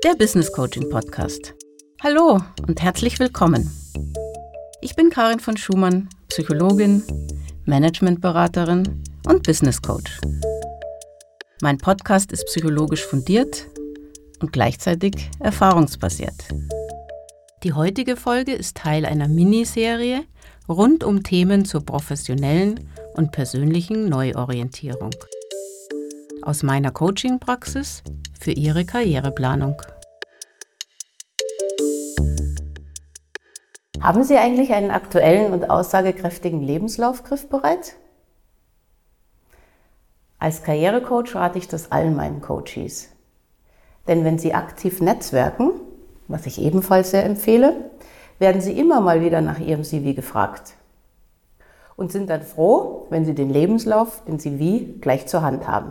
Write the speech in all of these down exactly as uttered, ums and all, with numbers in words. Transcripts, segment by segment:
der Business Coaching Podcast. Hallo und herzlich willkommen. Ich bin Karin von Schumann, Psychologin, Managementberaterin und Business Coach. Mein Podcast ist psychologisch fundiert und gleichzeitig erfahrungsbasiert. Die heutige Folge ist Teil einer Miniserie rund um Themen zur professionellen und persönlichen Neuorientierung. Aus meiner Coaching-Praxis für Ihre Karriereplanung. Haben Sie eigentlich einen aktuellen und aussagekräftigen Lebenslauf griffbereit? Als Karrierecoach rate ich das allen meinen Coaches. Denn wenn Sie aktiv netzwerken, was ich ebenfalls sehr empfehle, werden Sie immer mal wieder nach Ihrem C V gefragt. Und sind dann froh, wenn Sie den Lebenslauf, den C V, gleich zur Hand haben.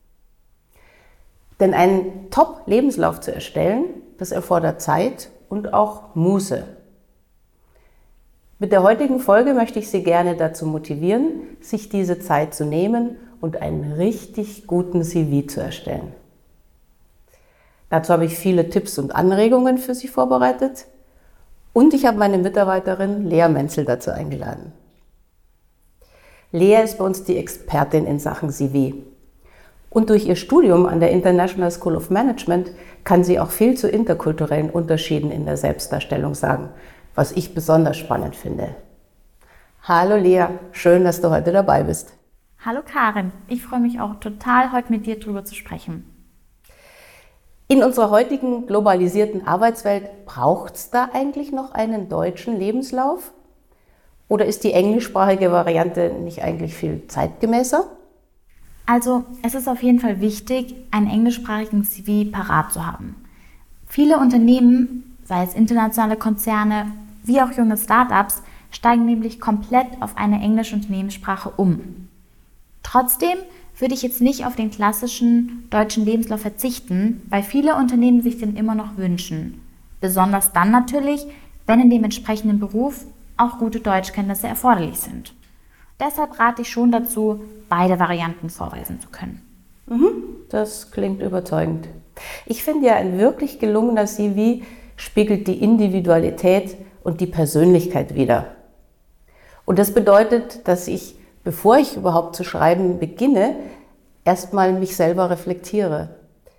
Denn einen Top-Lebenslauf zu erstellen, das erfordert Zeit und auch Muße. Mit der heutigen Folge möchte ich Sie gerne dazu motivieren, sich diese Zeit zu nehmen und einen richtig guten C V zu erstellen. Dazu habe ich viele Tipps und Anregungen für Sie vorbereitet und ich habe meine Mitarbeiterin Lea Menzel dazu eingeladen. Lea ist bei uns die Expertin in Sachen C V. Und durch ihr Studium an der International School of Management kann sie auch viel zu interkulturellen Unterschieden in der Selbstdarstellung sagen, was ich besonders spannend finde. Hallo Lea, schön, dass du heute dabei bist. Hallo Karin, ich freue mich auch total, heute mit dir drüber zu sprechen. In unserer heutigen globalisierten Arbeitswelt braucht es da eigentlich noch einen deutschen Lebenslauf? Oder ist die englischsprachige Variante nicht eigentlich viel zeitgemäßer? Also es ist auf jeden Fall wichtig, einen englischsprachigen C V parat zu haben. Viele Unternehmen, sei es internationale Konzerne wie auch junge Startups, steigen nämlich komplett auf eine englische Unternehmenssprache um. Trotzdem würde ich jetzt nicht auf den klassischen deutschen Lebenslauf verzichten, weil viele Unternehmen sich den immer noch wünschen. Besonders dann natürlich, wenn in dem entsprechenden Beruf auch gute Deutschkenntnisse erforderlich sind. Deshalb rate ich schon dazu, beide Varianten vorweisen zu können. Mhm, das klingt überzeugend. Ich finde ja, ein wirklich gelungener C V spiegelt die Individualität und die Persönlichkeit wider. Und das bedeutet, dass ich, bevor ich überhaupt zu schreiben beginne, erstmal mich selber reflektiere.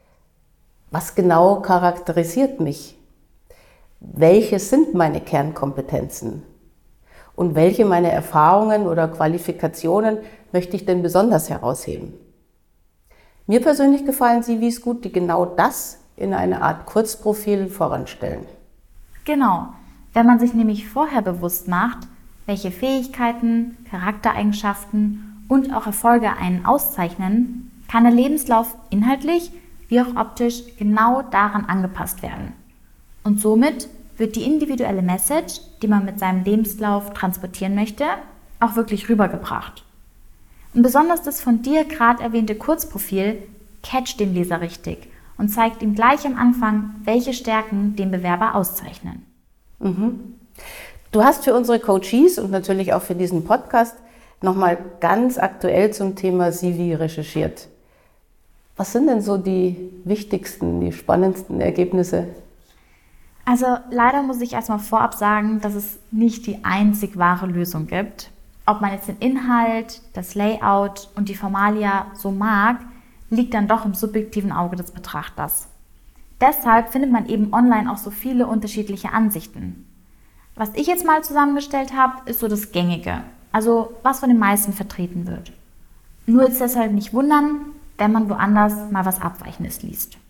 Was genau charakterisiert mich? Welche sind meine Kernkompetenzen? Und welche meiner Erfahrungen oder Qualifikationen möchte ich denn besonders herausheben? Mir persönlich gefallen C Vs gut, die genau das in eine Art Kurzprofil voranstellen. Genau, wenn man sich nämlich vorher bewusst macht, welche Fähigkeiten, Charaktereigenschaften und auch Erfolge einen auszeichnen, kann der Lebenslauf inhaltlich wie auch optisch genau daran angepasst werden. Und somit wird die individuelle Message, die man mit seinem Lebenslauf transportieren möchte, auch wirklich rübergebracht. Und besonders das von dir gerade erwähnte Kurzprofil catcht den Leser richtig und zeigt ihm gleich am Anfang, welche Stärken den Bewerber auszeichnen. Mhm. Du hast für unsere Coaches und natürlich auch für diesen Podcast nochmal ganz aktuell zum Thema C V recherchiert. Was sind denn so die wichtigsten, die spannendsten Ergebnisse? Also leider muss ich erstmal vorab sagen, dass es nicht die einzig wahre Lösung gibt. Ob man jetzt den Inhalt, das Layout und die Formalia so mag, liegt dann doch im subjektiven Auge des Betrachters. Deshalb findet man eben online auch so viele unterschiedliche Ansichten. Was ich jetzt mal zusammengestellt habe, ist so das Gängige, also was von den meisten vertreten wird. Nur jetzt deshalb nicht wundern, wenn man woanders mal was Abweichendes liest.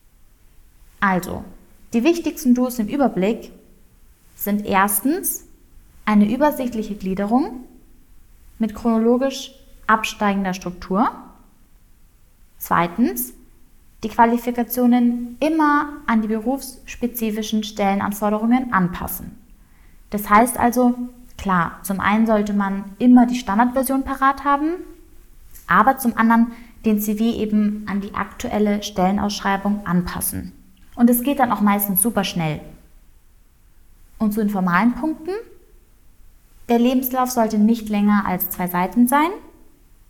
Also, die wichtigsten Do's im Überblick sind erstens eine übersichtliche Gliederung mit chronologisch absteigender Struktur. Zweitens, die Qualifikationen immer an die berufsspezifischen Stellenanforderungen anpassen. Das heißt also, klar, zum einen sollte man immer die Standardversion parat haben, aber zum anderen den C V eben an die aktuelle Stellenausschreibung anpassen. Und es geht dann auch meistens super schnell. Und zu den formalen Punkten: Der Lebenslauf sollte nicht länger als zwei Seiten sein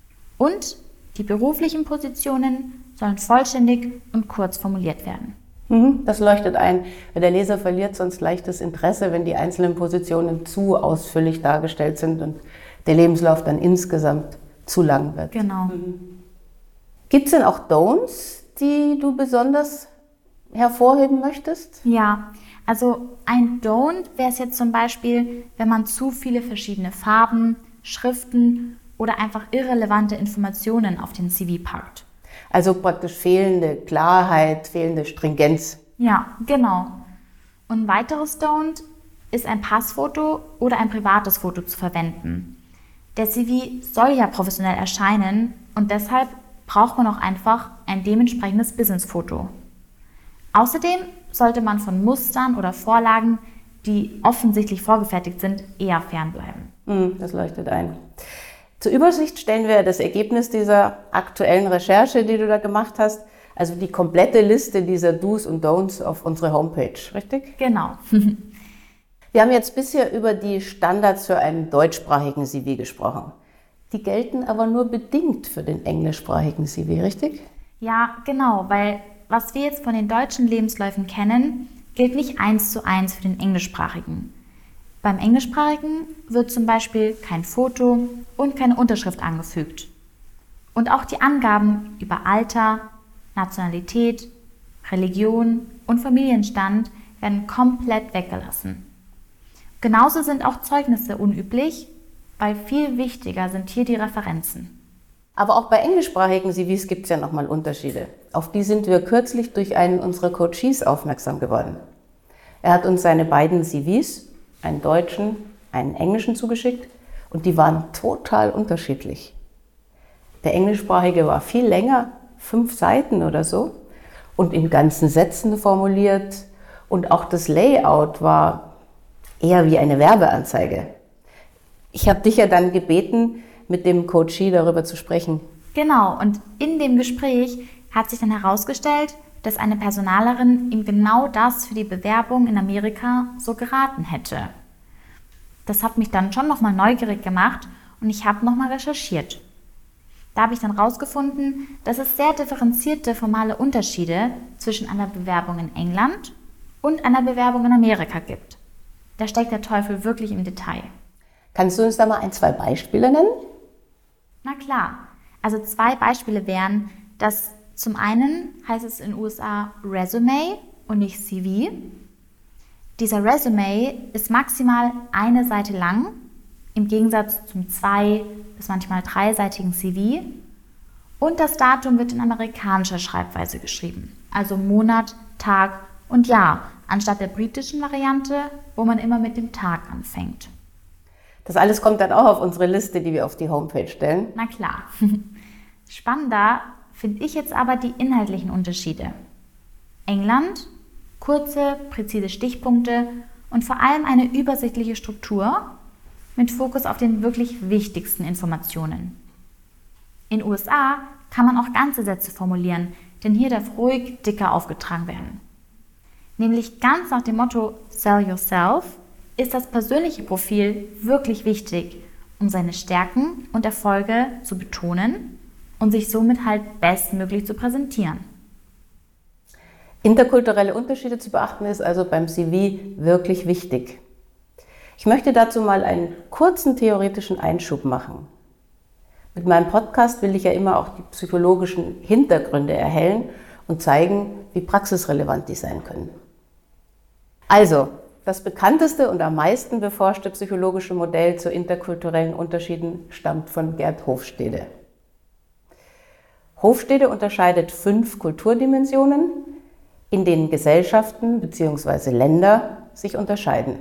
und die beruflichen Positionen sollen vollständig und kurz formuliert werden. Mhm, das leuchtet ein. Der Leser verliert sonst leicht das Interesse, wenn die einzelnen Positionen zu ausführlich dargestellt sind und der Lebenslauf dann insgesamt zu lang wird. Genau. Mhm. Gibt es denn auch Don'ts, die du besonders hervorheben möchtest? Ja, also ein Don't wäre es jetzt zum Beispiel, wenn man zu viele verschiedene Farben, Schriften oder einfach irrelevante Informationen auf den C V packt. Also praktisch fehlende Klarheit, fehlende Stringenz. Ja, genau. Und ein weiteres Don't ist ein Passfoto oder ein privates Foto zu verwenden. Der C V soll ja professionell erscheinen und deshalb braucht man auch einfach ein dementsprechendes Businessfoto. Außerdem sollte man von Mustern oder Vorlagen, die offensichtlich vorgefertigt sind, eher fernbleiben. Das leuchtet ein. Zur Übersicht stellen wir das Ergebnis dieser aktuellen Recherche, die du da gemacht hast, also die komplette Liste dieser Do's und Don'ts auf unsere Homepage, richtig? Genau. Wir haben jetzt bisher über die Standards für einen deutschsprachigen C V gesprochen. Die gelten aber nur bedingt für den englischsprachigen C V, richtig? Ja, genau, weil was wir jetzt von den deutschen Lebensläufen kennen, gilt nicht eins zu eins für den englischsprachigen. Beim englischsprachigen wird zum Beispiel kein Foto und keine Unterschrift angefügt. Und auch die Angaben über Alter, Nationalität, Religion und Familienstand werden komplett weggelassen. Genauso sind auch Zeugnisse unüblich, weil viel wichtiger sind hier die Referenzen. Aber auch bei englischsprachigen C Vs gibt es ja nochmal Unterschiede. Auf die sind wir kürzlich durch einen unserer Coaches aufmerksam geworden. Er hat uns seine beiden C Vs, einen deutschen, einen englischen, zugeschickt und die waren total unterschiedlich. Der englischsprachige war viel länger, fünf Seiten oder so, und in ganzen Sätzen formuliert und auch das Layout war eher wie eine Werbeanzeige. Ich habe dich ja dann gebeten, mit dem Coachee darüber zu sprechen. Genau, und in dem Gespräch hat sich dann herausgestellt, dass eine Personalerin ihm genau das für die Bewerbung in Amerika so geraten hätte. Das hat mich dann schon nochmal neugierig gemacht und ich habe nochmal recherchiert. Da habe ich dann herausgefunden, dass es sehr differenzierte formale Unterschiede zwischen einer Bewerbung in England und einer Bewerbung in Amerika gibt. Da steckt der Teufel wirklich im Detail. Kannst du uns da mal ein, zwei Beispiele nennen? Na klar, also zwei Beispiele wären, dass zum einen heißt es in den U S A Resume und nicht C V. Dieser Resume ist maximal eine Seite lang, im Gegensatz zum zwei- bis manchmal dreiseitigen C V. Und das Datum wird in amerikanischer Schreibweise geschrieben, also Monat, Tag und Jahr, anstatt der britischen Variante, wo man immer mit dem Tag anfängt. Das alles kommt dann auch auf unsere Liste, die wir auf die Homepage stellen. Na klar. Spannender finde ich jetzt aber die inhaltlichen Unterschiede. England, kurze, präzise Stichpunkte und vor allem eine übersichtliche Struktur mit Fokus auf den wirklich wichtigsten Informationen. In den U S A kann man auch ganze Sätze formulieren, denn hier darf ruhig dicker aufgetragen werden. Nämlich ganz nach dem Motto Sell Yourself ist das persönliche Profil wirklich wichtig, um seine Stärken und Erfolge zu betonen und sich somit halt bestmöglich zu präsentieren. Interkulturelle Unterschiede zu beachten ist also beim C V wirklich wichtig. Ich möchte dazu mal einen kurzen theoretischen Einschub machen. Mit meinem Podcast will ich ja immer auch die psychologischen Hintergründe erhellen und zeigen, wie praxisrelevant die sein können. Also, das bekannteste und am meisten beforschte psychologische Modell zu interkulturellen Unterschieden stammt von Gerd Hofstede. Hofstede unterscheidet fünf Kulturdimensionen, in denen Gesellschaften bzw. Länder sich unterscheiden.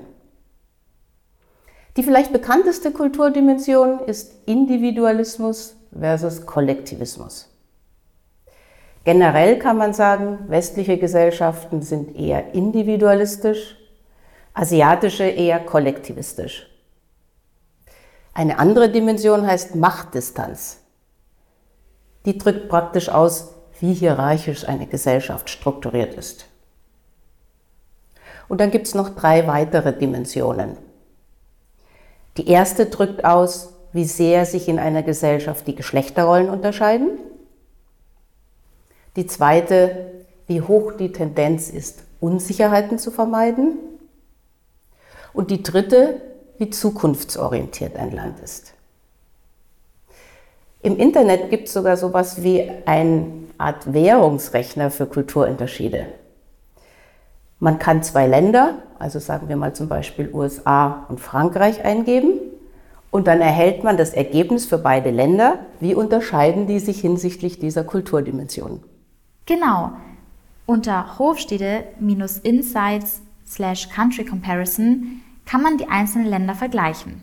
Die vielleicht bekannteste Kulturdimension ist Individualismus versus Kollektivismus. Generell kann man sagen, westliche Gesellschaften sind eher individualistisch, asiatische eher kollektivistisch. Eine andere Dimension heißt Machtdistanz. Die drückt praktisch aus, wie hierarchisch eine Gesellschaft strukturiert ist. Und dann gibt es noch drei weitere Dimensionen. Die erste drückt aus, wie sehr sich in einer Gesellschaft die Geschlechterrollen unterscheiden. Die zweite, wie hoch die Tendenz ist, Unsicherheiten zu vermeiden. Und die dritte, wie zukunftsorientiert ein Land ist. Im Internet gibt es sogar sowas wie eine Art Währungsrechner für Kulturunterschiede. Man kann zwei Länder, also sagen wir mal zum Beispiel U S A und Frankreich, eingeben und dann erhält man das Ergebnis für beide Länder. Wie unterscheiden die sich hinsichtlich dieser Kulturdimensionen? Genau. Unter Hofstede-Insights slash Country Comparison kann man die einzelnen Länder vergleichen.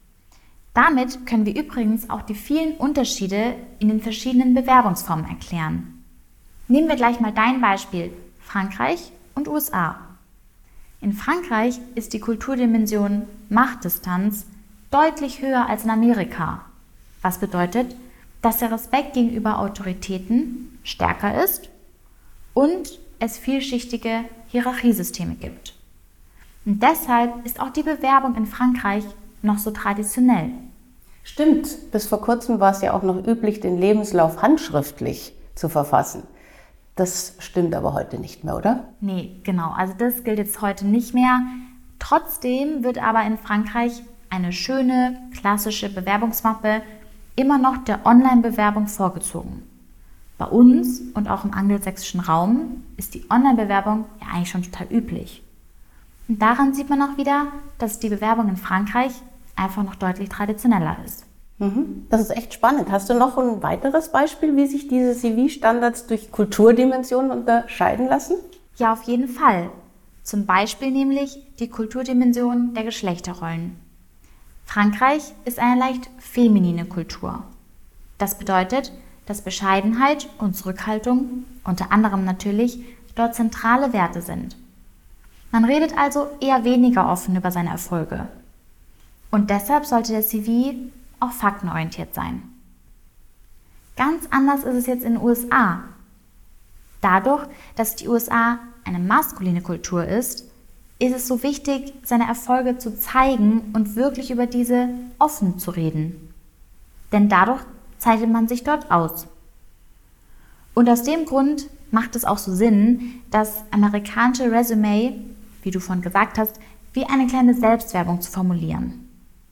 Damit können wir übrigens auch die vielen Unterschiede in den verschiedenen Bewerbungsformen erklären. Nehmen wir gleich mal dein Beispiel, Frankreich und U S A. In Frankreich ist die Kulturdimension Machtdistanz deutlich höher als in Amerika, was bedeutet, dass der Respekt gegenüber Autoritäten stärker ist und es vielschichtige Hierarchiesysteme gibt. Und deshalb ist auch die Bewerbung in Frankreich noch so traditionell. Stimmt, bis vor kurzem war es ja auch noch üblich, den Lebenslauf handschriftlich zu verfassen. Das stimmt aber heute nicht mehr, oder? Nee, genau, also das gilt jetzt heute nicht mehr. Trotzdem wird aber in Frankreich eine schöne, klassische Bewerbungsmappe immer noch der Online-Bewerbung vorgezogen. Bei uns und auch im angelsächsischen Raum ist die Online-Bewerbung ja eigentlich schon total üblich. Und daran sieht man auch wieder, dass die Bewerbung in Frankreich einfach noch deutlich traditioneller ist. Mhm. Das ist echt spannend. Hast du noch ein weiteres Beispiel, wie sich diese C V-Standards durch Kulturdimensionen unterscheiden lassen? Ja, auf jeden Fall. Zum Beispiel nämlich die Kulturdimension der Geschlechterrollen. Frankreich ist eine leicht feminine Kultur. Das bedeutet, dass Bescheidenheit und Zurückhaltung, unter anderem natürlich, dort zentrale Werte sind. Man redet also eher weniger offen über seine Erfolge. Und deshalb sollte der C V auch faktenorientiert sein. Ganz anders ist es jetzt in den U S A. Dadurch, dass die U S A eine maskuline Kultur ist, ist es so wichtig, seine Erfolge zu zeigen und wirklich über diese offen zu reden. Denn dadurch zeichnet man sich dort aus. Und aus dem Grund macht es auch so Sinn, das amerikanische Resümee, wie du vorhin gesagt hast, wie eine kleine Selbstwerbung zu formulieren.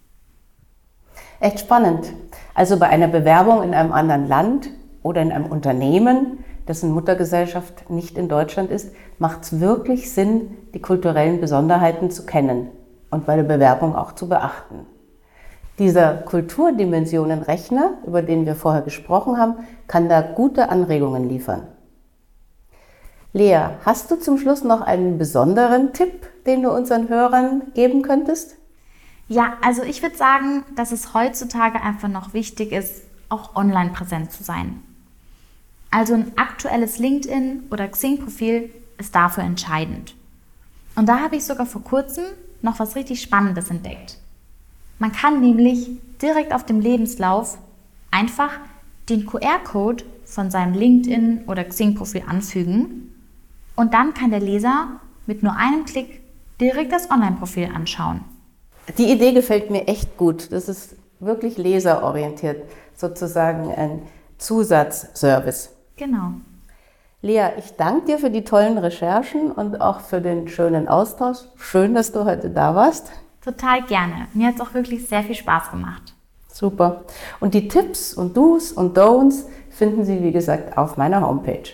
Echt spannend. Also bei einer Bewerbung in einem anderen Land oder in einem Unternehmen, dessen Muttergesellschaft nicht in Deutschland ist, macht es wirklich Sinn, die kulturellen Besonderheiten zu kennen und bei der Bewerbung auch zu beachten. Dieser Kulturdimensionenrechner, über den wir vorher gesprochen haben, kann da gute Anregungen liefern. Lea, hast du zum Schluss noch einen besonderen Tipp, den du unseren Hörern geben könntest? Ja, also ich würde sagen, dass es heutzutage einfach noch wichtig ist, auch online präsent zu sein. Also ein aktuelles LinkedIn- oder Xing-Profil ist dafür entscheidend. Und da habe ich sogar vor kurzem noch was richtig Spannendes entdeckt. Man kann nämlich direkt auf dem Lebenslauf einfach den Q R-Code von seinem LinkedIn- oder Xing-Profil anfügen und dann kann der Leser mit nur einem Klick direkt das Online-Profil anschauen. Die Idee gefällt mir echt gut. Das ist wirklich leserorientiert, sozusagen ein Zusatzservice. Genau. Lea, ich danke dir für die tollen Recherchen und auch für den schönen Austausch. Schön, dass du heute da warst. Total gerne. Mir hat es auch wirklich sehr viel Spaß gemacht. Super. Und die Tipps und Do's und Don'ts finden Sie, wie gesagt, auf meiner Homepage.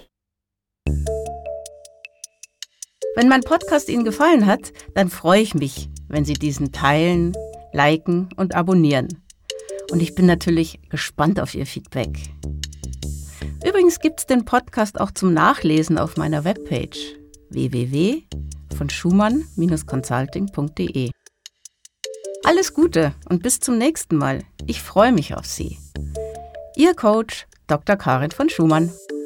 Wenn mein Podcast Ihnen gefallen hat, dann freue ich mich, wenn Sie diesen teilen, liken und abonnieren. Und ich bin natürlich gespannt auf Ihr Feedback. Übrigens gibt es den Podcast auch zum Nachlesen auf meiner Webpage w w w punkt schumann Bindestrich consulting punkt d e. Alles Gute und bis zum nächsten Mal. Ich freue mich auf Sie. Ihr Coach Doktor Karin von Schumann.